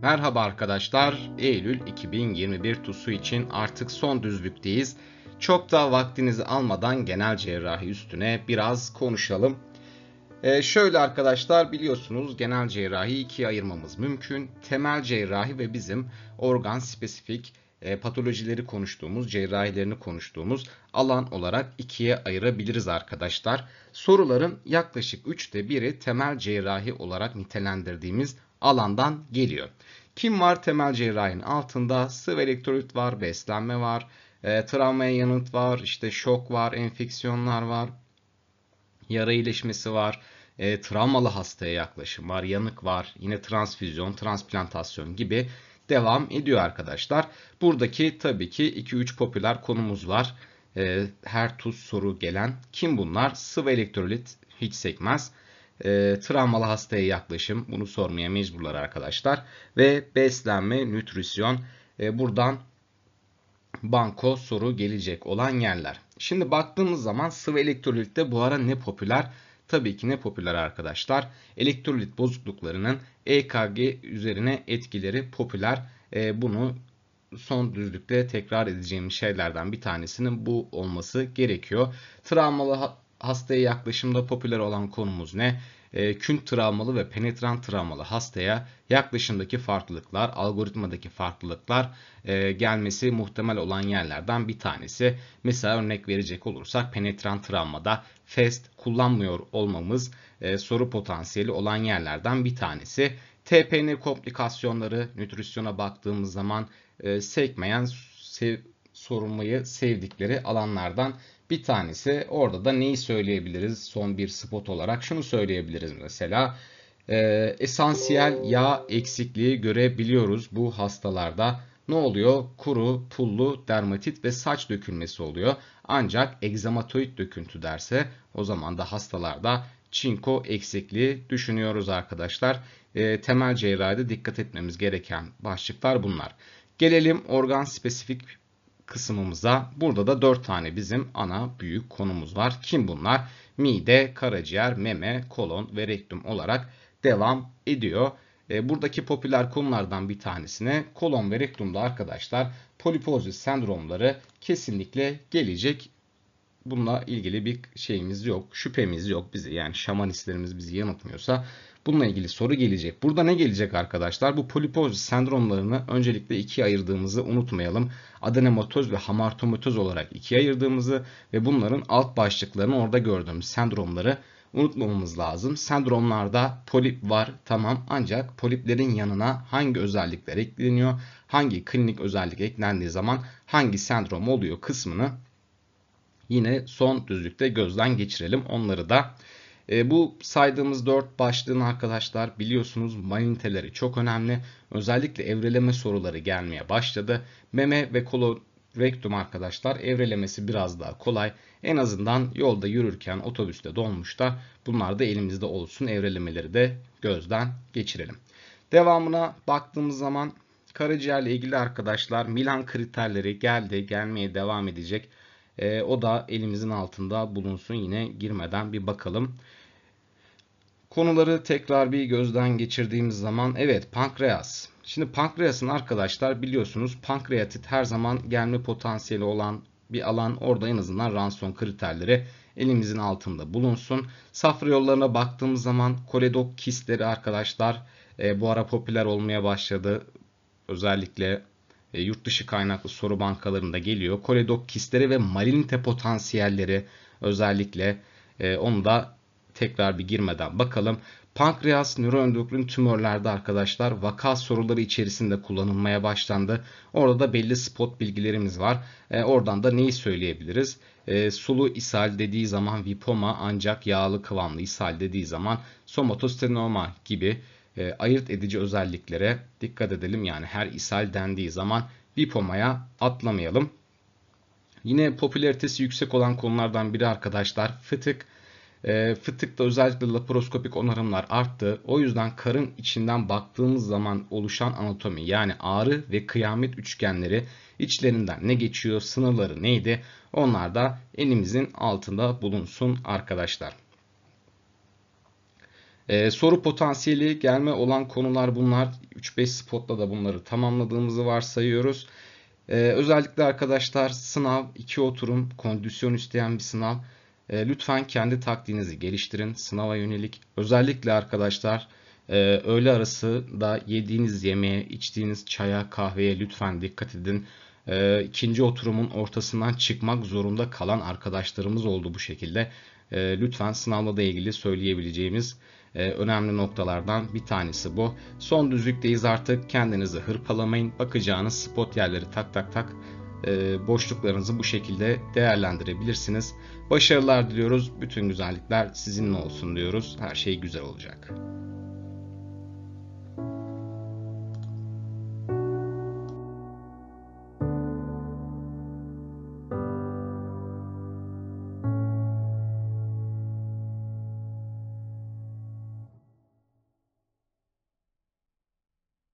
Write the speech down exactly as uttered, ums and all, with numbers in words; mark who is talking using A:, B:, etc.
A: Merhaba arkadaşlar. Eylül iki bin yirmi bir TUS'u için artık son düzlükteyiz. Çok da vaktinizi almadan genel cerrahi üstüne biraz konuşalım. Ee, şöyle arkadaşlar, biliyorsunuz genel cerrahi ikiye ayırmamız mümkün. Temel cerrahi ve bizim organ spesifik e, patolojileri konuştuğumuz, cerrahilerini konuştuğumuz alan olarak ikiye ayırabiliriz arkadaşlar. Soruların yaklaşık üçte biri temel cerrahi olarak nitelendirdiğimiz alandan geliyor. Kim var temel cerrahinin altında? Sıvı elektrolit var, beslenme var, e, travmaya yanıt var, işte şok var, enfeksiyonlar var, yara iyileşmesi var, e, travmalı hastaya yaklaşım var, yanık var, yine transfüzyon, transplantasyon gibi devam ediyor arkadaşlar. Buradaki tabii ki iki üç popüler konumuz var. E, her tuz soru gelen. Kim bunlar? Sıvı elektrolit hiç sekmez. E, travmalı hastaya yaklaşım, bunu sormaya mecburlar arkadaşlar. Ve beslenme, nütrisyon. E, buradan banko soru gelecek olan yerler. Şimdi baktığımız zaman sıvı elektrolitte bu ara ne popüler? Tabii ki ne popüler arkadaşlar? Elektrolit bozukluklarının E K G üzerine etkileri popüler. E, bunu son düzlükte tekrar edeceğimiz şeylerden bir tanesinin bu olması gerekiyor. Travmalı hastaya yaklaşımda popüler olan konumuz ne? E, künt travmalı ve penetrant travmalı hastaya yaklaşımdaki farklılıklar, algoritmadaki farklılıklar e, gelmesi muhtemel olan yerlerden bir tanesi. Mesela örnek verecek olursak penetrant travmada fast kullanmıyor olmamız e, soru potansiyeli olan yerlerden bir tanesi. T P N komplikasyonları, nütrisyona baktığımız zaman e, sekmeyen, sev, sorulmayı sevdikleri alanlardan bir tanesi. Orada da neyi söyleyebiliriz son bir spot olarak? Şunu söyleyebiliriz mesela. E, esansiyel yağ eksikliği görebiliyoruz bu hastalarda. Ne oluyor? Kuru, pullu, dermatit ve saç dökülmesi oluyor. Ancak egzamatoid döküntü derse o zaman da hastalarda çinko eksikliği düşünüyoruz arkadaşlar. E, temel cerrahide dikkat etmemiz gereken başlıklar bunlar. Gelelim organ spesifik kısmımıza. Burada da dört tane bizim ana büyük konumuz var. Kim bunlar? Mide, karaciğer, meme, kolon ve rektum olarak devam ediyor. E, buradaki popüler konulardan bir tanesine kolon ve rektumda arkadaşlar polipozis sendromları kesinlikle gelecek. Bununla ilgili bir şeyimiz yok, şüphemiz yok. Bizi yani şamanistlerimiz bizi yanıltmıyorsa bununla ilgili soru gelecek. Burada ne gelecek arkadaşlar? Bu polipozis sendromlarını öncelikle ikiye ayırdığımızı unutmayalım. Adenomatoz ve hamartomatoz olarak ikiye ayırdığımızı ve bunların alt başlıklarını orada gördüğümüz sendromları unutmamamız lazım. Sendromlarda polip var, tamam, ancak poliplerin yanına hangi özellikler ekleniyor, hangi klinik özellik eklendiği zaman hangi sendrom oluyor kısmını yine son düzlükte gözden geçirelim onları da. E, bu saydığımız dört başlığın arkadaşlar biliyorsunuz maniteleri çok önemli. Özellikle evreleme soruları gelmeye başladı. Meme ve kolorektum arkadaşlar evrelemesi biraz daha kolay. En azından yolda yürürken, otobüste, dolmuşta bunlar da elimizde olsun. Evrelemeleri de gözden geçirelim. Devamına baktığımız zaman karaciğerle ilgili arkadaşlar Milan kriterleri geldi, gelmeye devam edecek. E, o da elimizin altında bulunsun, yine girmeden bir bakalım. Konuları tekrar bir gözden geçirdiğimiz zaman evet, pankreas. Şimdi pankreasın arkadaşlar biliyorsunuz pankreatit her zaman gelme potansiyeli olan bir alan. Orada en azından ranson kriterleri elimizin altında bulunsun. Safra yollarına baktığımız zaman koledok kistleri arkadaşlar e, bu ara popüler olmaya başladı. Özellikle e, yurt dışı kaynaklı soru bankalarında geliyor. Koledok kistleri ve malignite potansiyelleri özellikle e, onu da tekrar bir girmeden bakalım. Pankreas nöroendokrin tümörlerde arkadaşlar vaka soruları içerisinde kullanılmaya başlandı. Orada da belli spot bilgilerimiz var. E, oradan da neyi söyleyebiliriz? E, sulu ishal dediği zaman vipoma, ancak yağlı kıvamlı ishal dediği zaman somatostenoma gibi e, ayırt edici özelliklere dikkat edelim. Yani her ishal dendiği zaman vipomaya atlamayalım. Yine popülaritesi yüksek olan konulardan biri arkadaşlar fıtık. E, fıtıkta özellikle laparoskopik onarımlar arttı. O yüzden karın içinden baktığımız zaman oluşan anatomi, yani ağrı ve kıyamet üçgenleri, içlerinden ne geçiyor, sınırları neydi, onlar da elimizin altında bulunsun arkadaşlar. Ee, soru potansiyeli gelme olan konular bunlar. üç beş spotla da bunları tamamladığımızı varsayıyoruz. Ee, özellikle arkadaşlar sınav iki oturum, kondisyon isteyen bir sınav. Ee, lütfen kendi taktiğinizi geliştirin sınava yönelik. Özellikle arkadaşlar e, öğle arası da yediğiniz yemeğe, içtiğiniz çaya, kahveye lütfen dikkat edin. Ee, ikinci oturumun ortasından çıkmak zorunda kalan arkadaşlarımız oldu bu şekilde. Ee, lütfen sınavla da ilgili söyleyebileceğimiz e, önemli noktalardan bir tanesi bu. Son düzlükteyiz artık. Kendinizi hırpalamayın. Bakacağınız spot yerleri tak tak tak e, boşluklarınızı bu şekilde değerlendirebilirsiniz. Başarılar diliyoruz. Bütün güzellikler sizinle olsun diyoruz. Her şey güzel olacak.